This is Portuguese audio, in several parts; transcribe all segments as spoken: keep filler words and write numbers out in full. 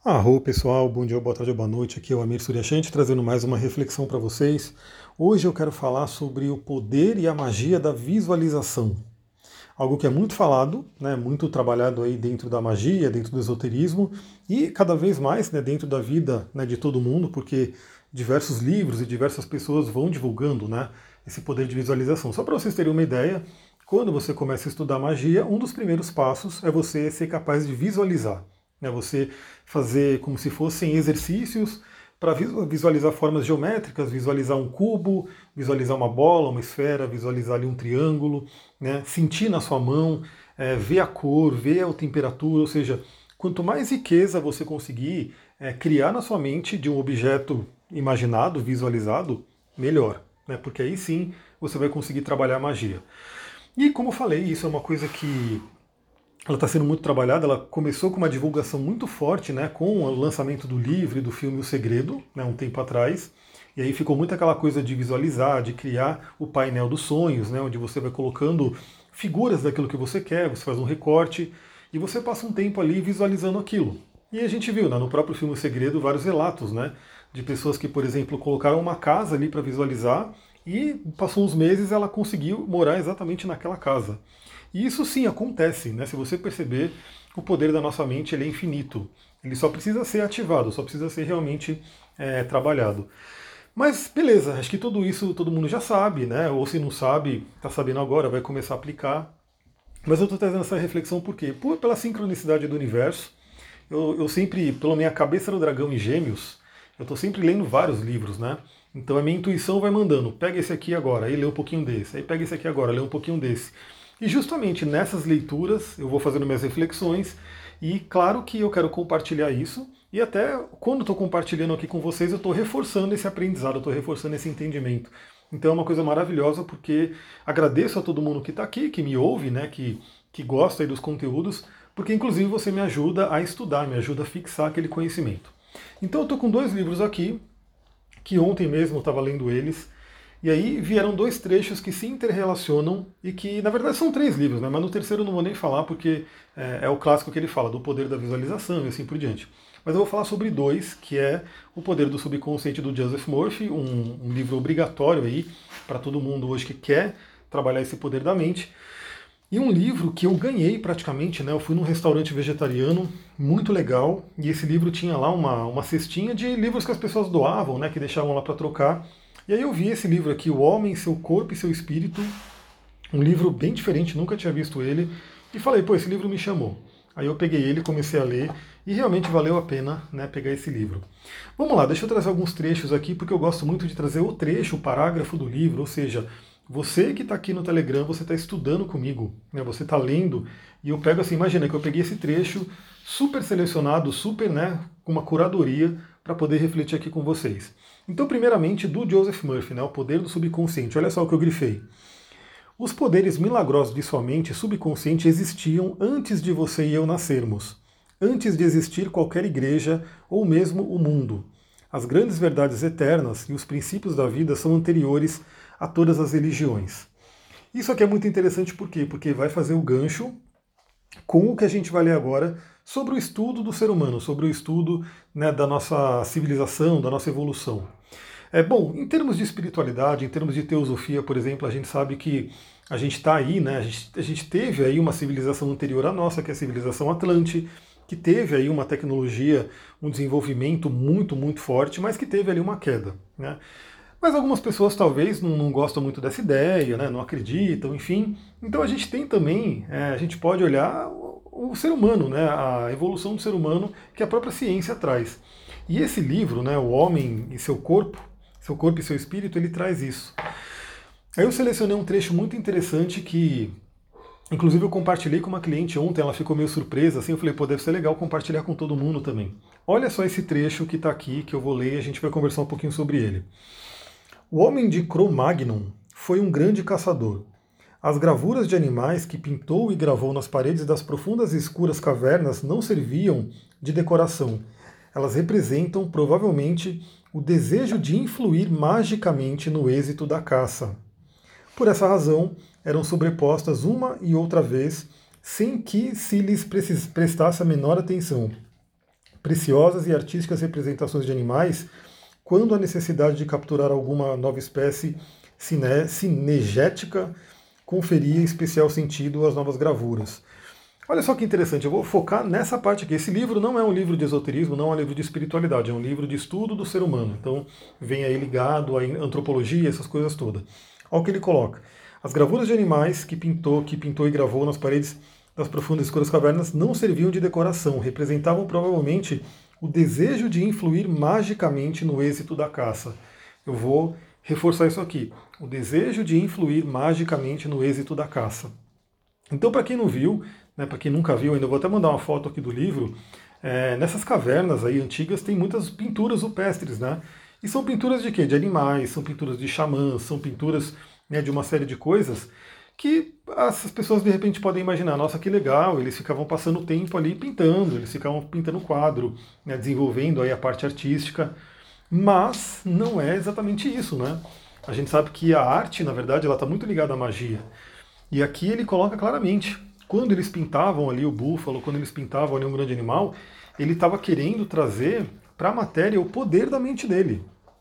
Arro pessoal, bom dia, boa tarde, boa noite. Aqui é o Amir Suryashanti trazendo mais uma reflexão para vocês. Hoje eu quero falar sobre o poder e a magia da visualização. Algo que é muito falado, né, muito trabalhado aí dentro da magia, dentro do esoterismo e cada vez mais, né, dentro da vida, né, de todo mundo, porque diversos livros e diversas pessoas vão divulgando, né, esse poder de visualização. Só para vocês terem uma ideia, quando você começa a estudar magia, um dos primeiros passos é você ser capaz de visualizar, né, você fazer como se fossem exercícios para visualizar formas geométricas, visualizar um cubo, visualizar uma bola, uma esfera, visualizar ali um triângulo, né? Sentir na sua mão, é, ver a cor, ver a temperatura, ou seja, quanto mais riqueza você conseguir é, criar na sua mente de um objeto imaginado, visualizado, melhor, né? Porque aí sim você vai conseguir trabalhar a magia. E como eu falei, isso é uma coisa que ela está sendo muito trabalhada. Ela começou com uma divulgação muito forte, né, com o lançamento do livro e do filme O Segredo, né, um tempo atrás. E aí ficou muito aquela coisa de visualizar, de criar o painel dos sonhos, né, onde você vai colocando figuras daquilo que você quer, você faz um recorte e você passa um tempo ali visualizando aquilo. E a gente viu, né, no próprio filme O Segredo vários relatos, né, de pessoas que, por exemplo, colocaram uma casa ali para visualizar e passou uns meses ela conseguiu morar exatamente naquela casa. E isso sim acontece, né? Se você perceber, o poder da nossa mente ele é infinito. Ele só precisa ser ativado, só precisa ser realmente é, trabalhado. Mas beleza, acho que tudo isso todo mundo já sabe, né? Ou se não sabe, está sabendo agora, vai começar a aplicar. Mas eu estou trazendo essa reflexão por quê? Por, pela sincronicidade do universo. Eu, eu sempre, pela minha cabeça do dragão em Gêmeos, eu estou sempre lendo vários livros, né? Então a minha intuição vai mandando, pega esse aqui agora, aí lê um pouquinho desse, aí pega esse aqui agora, lê um pouquinho desse. E justamente nessas leituras eu vou fazendo minhas reflexões e claro que eu quero compartilhar isso e até quando estou compartilhando aqui com vocês eu estou reforçando esse aprendizado, eu estou reforçando esse entendimento. Então é uma coisa maravilhosa porque agradeço a todo mundo que está aqui, que me ouve, né, que, que gosta aí dos conteúdos, porque inclusive você me ajuda a estudar, me ajuda a fixar aquele conhecimento. Então eu estou com dois livros aqui, que ontem mesmo eu estava lendo eles, e aí vieram dois trechos que se interrelacionam e que, na verdade, são três livros, né? Mas no terceiro eu não vou nem falar porque é, é o clássico que ele fala, do poder da visualização e assim por diante. Mas eu vou falar sobre dois, que é O Poder do Subconsciente do Joseph Murphy, um, um livro obrigatório aí para todo mundo hoje que quer trabalhar esse poder da mente. E um livro que eu ganhei praticamente, né? Eu fui num restaurante vegetariano, muito legal, e esse livro tinha lá uma, uma cestinha de livros que as pessoas doavam, né? Que deixavam lá para trocar. E aí eu vi esse livro aqui, O Homem, Seu Corpo e Seu Espírito, um livro bem diferente, nunca tinha visto ele, e falei, pô, esse livro me chamou. Aí eu peguei ele, comecei a ler, e realmente valeu a pena, né, pegar esse livro. Vamos lá, deixa eu trazer alguns trechos aqui, porque eu gosto muito de trazer o trecho, o parágrafo do livro, ou seja, você que está aqui no Telegram, você está estudando comigo, né, você está lendo, e eu pego assim, imagina que eu peguei esse trecho super selecionado, super, né, com uma curadoria, para poder refletir aqui com vocês. Então, primeiramente, do Joseph Murphy, né, O Poder do Subconsciente. Olha só o que eu grifei. Os poderes milagrosos de sua mente subconsciente existiam antes de você e eu nascermos, antes de existir qualquer igreja ou mesmo o mundo. As grandes verdades eternas e os princípios da vida são anteriores a todas as religiões. Isso aqui é muito interessante por quê? Porque vai fazer o gancho com o que a gente vai ler agora sobre o estudo do ser humano, sobre o estudo, né, da nossa civilização, da nossa evolução. É bom, em termos de espiritualidade, em termos de teosofia, por exemplo, a gente sabe que a gente está aí, né? A gente, a gente teve aí uma civilização anterior à nossa, que é a civilização Atlante, que teve aí uma tecnologia, um desenvolvimento muito, muito forte, mas que teve ali uma queda, né? Mas algumas pessoas talvez não, não gostam muito dessa ideia, né? Não acreditam, enfim. Então a gente tem também, é, a gente pode olhar o, o ser humano, né? A evolução do ser humano que a própria ciência traz. E esse livro, né, O Homem e Seu Corpo, Seu Corpo e Seu Espírito, ele traz isso. Aí eu selecionei um trecho muito interessante que, inclusive, eu compartilhei com uma cliente ontem, ela ficou meio surpresa, assim, eu falei, pô, deve ser legal compartilhar com todo mundo também. Olha só esse trecho que está aqui, que eu vou ler e a gente vai conversar um pouquinho sobre ele. O homem de Cro-Magnon foi um grande caçador. As gravuras de animais que pintou e gravou nas paredes das profundas e escuras cavernas não serviam de decoração. Elas representam, provavelmente, o desejo de influir magicamente no êxito da caça. Por essa razão, eram sobrepostas uma e outra vez, sem que se lhes prestasse a menor atenção. preciosas e artísticas representações de animais quando a necessidade de capturar alguma nova espécie cine, cinegética conferia especial sentido às novas gravuras. Olha só que interessante, eu vou focar nessa parte aqui. Esse livro não é um livro de esoterismo, não é um livro de espiritualidade, é um livro de estudo do ser humano. Então vem aí ligado à antropologia, essas coisas todas. Olha o que ele coloca. As gravuras de animais que pintou, que pintou e gravou nas paredes das profundas e escuras cavernas não serviam de decoração, representavam provavelmente o desejo de influir magicamente no êxito da caça. Eu vou reforçar isso aqui. O desejo de influir magicamente no êxito da caça. Então, para quem não viu, né, para quem nunca viu, ainda vou até mandar uma foto aqui do livro, é, nessas cavernas aí antigas tem muitas pinturas rupestres, né? E são pinturas de quê? De animais, são pinturas de xamãs, são pinturas, né, de uma série de coisas que as pessoas de repente podem imaginar, nossa, que legal, eles ficavam passando o tempo ali pintando, eles ficavam pintando quadro, né, desenvolvendo aí a parte artística, mas não é exatamente isso, né? A gente sabe que a arte, na verdade, ela está muito ligada à magia. E aqui ele coloca claramente, quando eles pintavam ali o búfalo, quando eles pintavam ali um grande animal, ele estava querendo trazer para a matéria o poder da mente dele.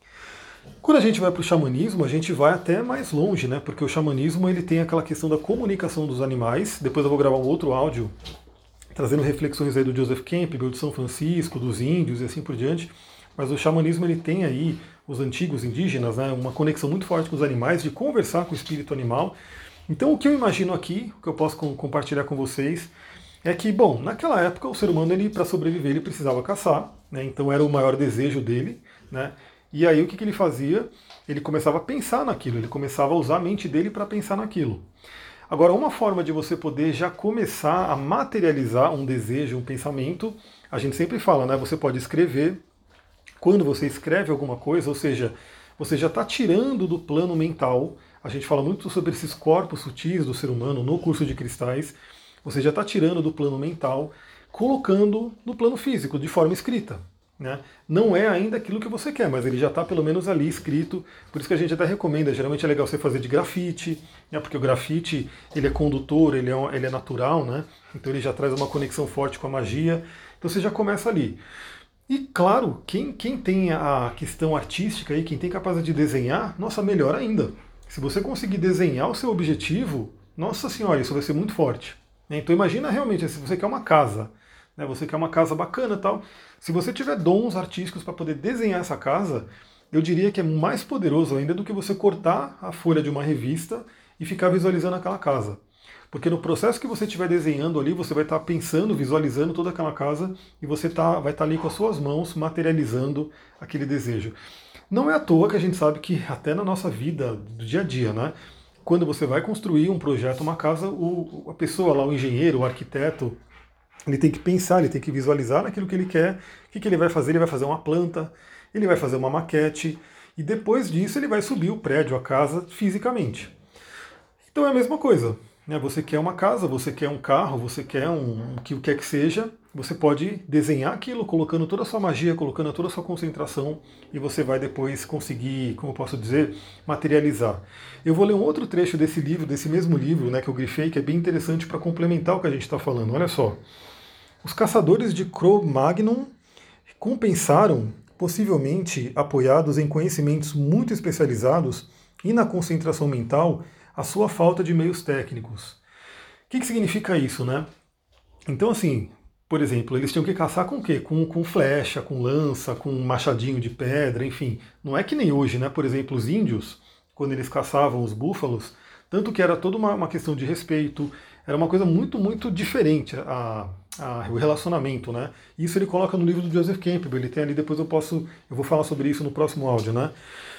Quando a gente vai para o xamanismo, a gente vai até mais longe, né? Porque o xamanismo ele tem aquela questão da comunicação dos animais. Depois eu vou gravar um outro áudio trazendo reflexões aí do Joseph Campbell, de São Francisco, dos índios e assim por diante. Mas o xamanismo ele tem aí, os antigos indígenas, né, uma conexão muito forte com os animais, de conversar com o espírito animal. Então o que eu imagino aqui, o que eu posso com, compartilhar com vocês, é que, bom, naquela época o ser humano, ele para sobreviver, ele precisava caçar, né, então era o maior desejo dele, né, e aí o que, que ele fazia? Ele começava a pensar naquilo, ele começava a usar a mente dele para pensar naquilo. Agora, uma forma de você poder já começar a materializar um desejo, um pensamento, a gente sempre fala, né, você pode escrever. Quando você escreve alguma coisa, ou seja, você já está tirando do plano mental, a gente fala muito sobre esses corpos sutis do ser humano no curso de cristais, você já está tirando do plano mental, colocando no plano físico, de forma escrita. Né? Não é ainda aquilo que você quer, mas ele já está pelo menos ali escrito, por isso que a gente até recomenda, geralmente é legal você fazer de grafite, né? Porque o grafite ele é condutor, ele é, ele é natural, né? Então ele já traz uma conexão forte com a magia, então você já começa ali. E claro, quem, quem tem a questão artística aí, quem tem capacidade de desenhar, nossa, melhor ainda. Se você conseguir desenhar o seu objetivo, nossa senhora, isso vai ser muito forte. Né? Então imagina realmente, se você quer uma casa, né, você quer uma casa bacana e tal, se você tiver dons artísticos para poder desenhar essa casa, eu diria que é mais poderoso ainda do que você cortar a folha de uma revista e ficar visualizando aquela casa. Porque no processo que você estiver desenhando ali, você vai estar pensando, visualizando toda aquela casa e você tá, vai estar ali com as suas mãos materializando aquele desejo. Não é à toa que a gente sabe que até na nossa vida do dia a dia, né? Quando você vai construir um projeto, uma casa, o, a pessoa lá, o engenheiro, o arquiteto, ele tem que pensar, ele tem que visualizar naquilo que ele quer. O que, que ele vai fazer? Ele vai fazer uma planta, ele vai fazer uma maquete e depois disso ele vai subir o prédio, a casa, fisicamente. Então é a mesma coisa. Você quer uma casa, você quer um carro, você quer um, o que quer que seja, você pode desenhar aquilo colocando toda a sua magia, colocando toda a sua concentração e você vai depois conseguir, como eu posso dizer, materializar. Eu vou ler um outro trecho desse livro, desse mesmo livro, né, que eu grifei, que é bem interessante para complementar o que a gente está falando. Olha só. Os caçadores de Cro-Magnon compensaram, possivelmente apoiados em conhecimentos muito especializados e na concentração mental, a sua falta de meios técnicos. O que, que significa isso, né? Então, assim, por exemplo, eles tinham que caçar com o quê? Com, com flecha, com lança, com um machadinho de pedra, enfim. Não é que nem hoje, né? Por exemplo, os índios, quando eles caçavam os búfalos, tanto que era toda uma, uma questão de respeito, era uma coisa muito, muito diferente a, a, o relacionamento, né? Isso ele coloca no livro do Joseph Campbell, ele tem ali, depois eu posso, eu vou falar sobre isso no próximo áudio, né?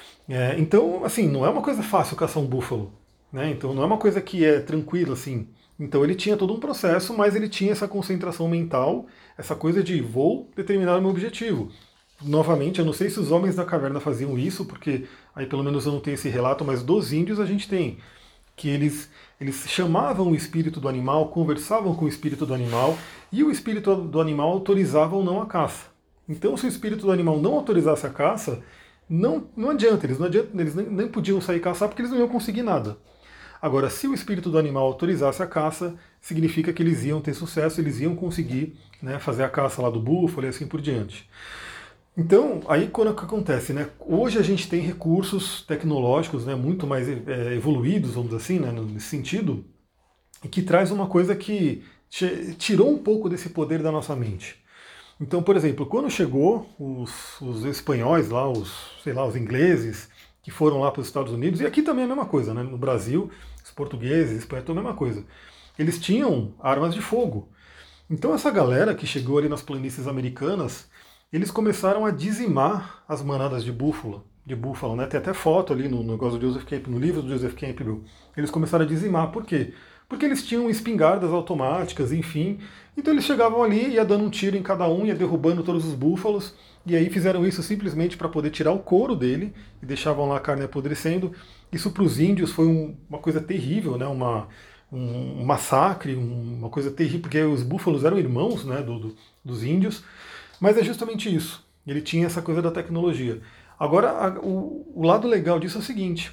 É, então, assim, não é uma coisa fácil caçar um búfalo. Né? Então não é uma coisa que é tranquila assim. Então ele tinha todo um processo, mas ele tinha essa concentração mental, essa coisa de vou determinar o meu objetivo. Novamente, eu não sei se os homens da caverna faziam isso, porque aí pelo menos eu não tenho esse relato, mas dos índios a gente tem que eles, eles chamavam o espírito do animal, conversavam com o espírito do animal, e o espírito do animal autorizava ou não a caça. Então se o espírito do animal não autorizasse a caça, não, não adianta, eles, não adianta, eles nem, nem podiam sair caçar porque eles não iam conseguir nada. Agora, se o espírito do animal autorizasse a caça, significa que eles iam ter sucesso, eles iam conseguir né, fazer a caça lá do búfalo e assim por diante. Então, aí quando que acontece, né? Hoje a gente tem recursos tecnológicos, né, muito mais é, evoluídos, vamos dizer assim, né, nesse sentido, e que traz uma coisa que tirou um pouco desse poder da nossa mente. Então, por exemplo, quando chegou os, os espanhóis lá, os, sei lá, os ingleses, que foram lá para os Estados Unidos, e aqui também é a mesma coisa, né? No Brasil, os portugueses, espanhóis, é a mesma coisa. Eles tinham armas de fogo. Então essa galera que chegou ali nas planícies americanas, eles começaram a dizimar as manadas de búfalo, de búfalo, né? Tem até foto ali no negócio do Joseph Campbell, no livro do Joseph Campbell. Eles começaram a dizimar, por quê? Porque eles tinham espingardas automáticas, enfim. Então eles chegavam ali, ia dando um tiro em cada um, ia derrubando todos os búfalos, e aí fizeram isso simplesmente para poder tirar o couro dele, e deixavam lá a carne apodrecendo. Isso para os índios foi um, uma coisa terrível, né? Uma, um, um massacre, um, uma coisa terrível, porque os búfalos eram irmãos, né, do, do, dos índios. Mas é justamente isso. Ele tinha essa coisa da tecnologia. Agora, a, o, o lado legal disso é o seguinte.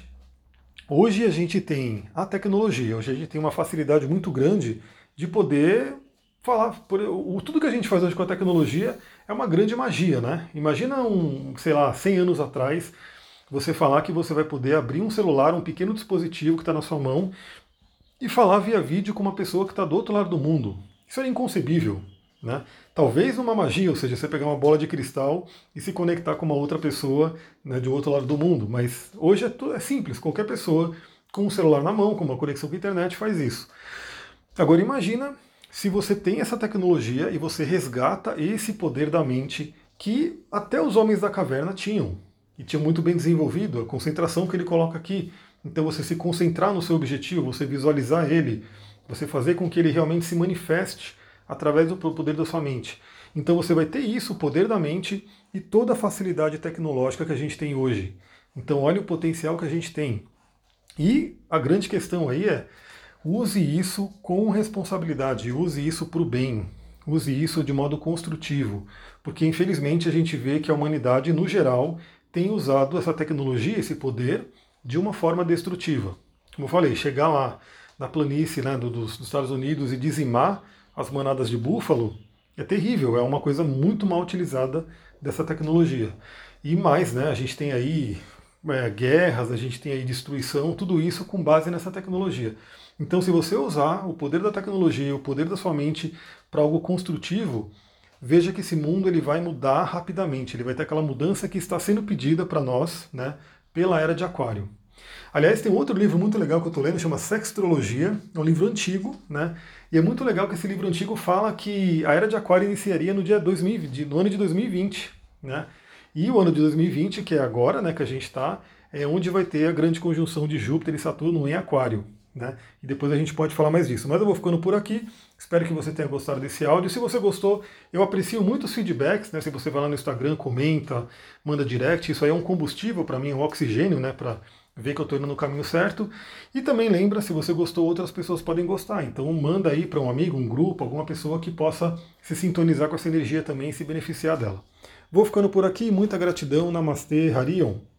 Hoje a gente tem a tecnologia, hoje a gente tem uma facilidade muito grande de poder falar. Por, o, tudo que a gente faz hoje com a tecnologia é uma grande magia, né? Imagina um, sei lá, cem anos atrás, você falar que você vai poder abrir um celular, um pequeno dispositivo que está na sua mão e falar via vídeo com uma pessoa que está do outro lado do mundo. Isso era inconcebível. Né? Talvez uma magia, ou seja, você pegar uma bola de cristal e se conectar com uma outra pessoa, né, de outro lado do mundo. Mas hoje é, tudo, é simples, qualquer pessoa com um celular na mão, com uma conexão com a internet faz isso. Agora imagina se você tem essa tecnologia e você resgata esse poder da mente que até os homens da caverna tinham, e tinha muito bem desenvolvido, a concentração que ele coloca aqui. Então você se concentrar no seu objetivo, você visualizar ele, você fazer com que ele realmente se manifeste através do poder da sua mente. Então você vai ter isso, o poder da mente e toda a facilidade tecnológica que a gente tem hoje. Então olha o potencial que a gente tem. E a grande questão aí é, use isso com responsabilidade, use isso para o bem, use isso de modo construtivo. Porque infelizmente a gente vê que a humanidade, no geral, tem usado essa tecnologia, esse poder, de uma forma destrutiva. Como eu falei, chegar lá na planície, né, dos, dos Estados Unidos e dizimar as manadas de búfalo é terrível, é uma coisa muito mal utilizada dessa tecnologia. E mais, né, a gente tem aí é, guerras, a gente tem aí destruição, tudo isso com base nessa tecnologia. Então, se você usar o poder da tecnologia, o poder da sua mente para algo construtivo, veja que esse mundo ele vai mudar rapidamente, ele vai ter aquela mudança que está sendo pedida para nós, né, pela Era de Aquário. Aliás, tem um outro livro muito legal que eu estou lendo, chama Sextrologia, é um livro antigo, né? E é muito legal que esse livro antigo fala que a Era de Aquário iniciaria no dia dois mil e vinte, no ano de dois mil e vinte, né? E o ano de dois mil e vinte, que é agora, né, que a gente está, é onde vai ter a grande conjunção de Júpiter e Saturno em Aquário, né? E depois a gente pode falar mais disso. Mas eu vou ficando por aqui. Espero que você tenha gostado desse áudio. Se você gostou, eu aprecio muito os feedbacks, né? Se você vai lá no Instagram, comenta, manda direct, isso aí é um combustível para mim, é um oxigênio, né, para ver que eu estou indo no caminho certo. E também lembra, se você gostou, outras pessoas podem gostar. Então manda aí para um amigo, um grupo, alguma pessoa que possa se sintonizar com essa energia também e se beneficiar dela. Vou ficando por aqui, muita gratidão, Namastê, Harion.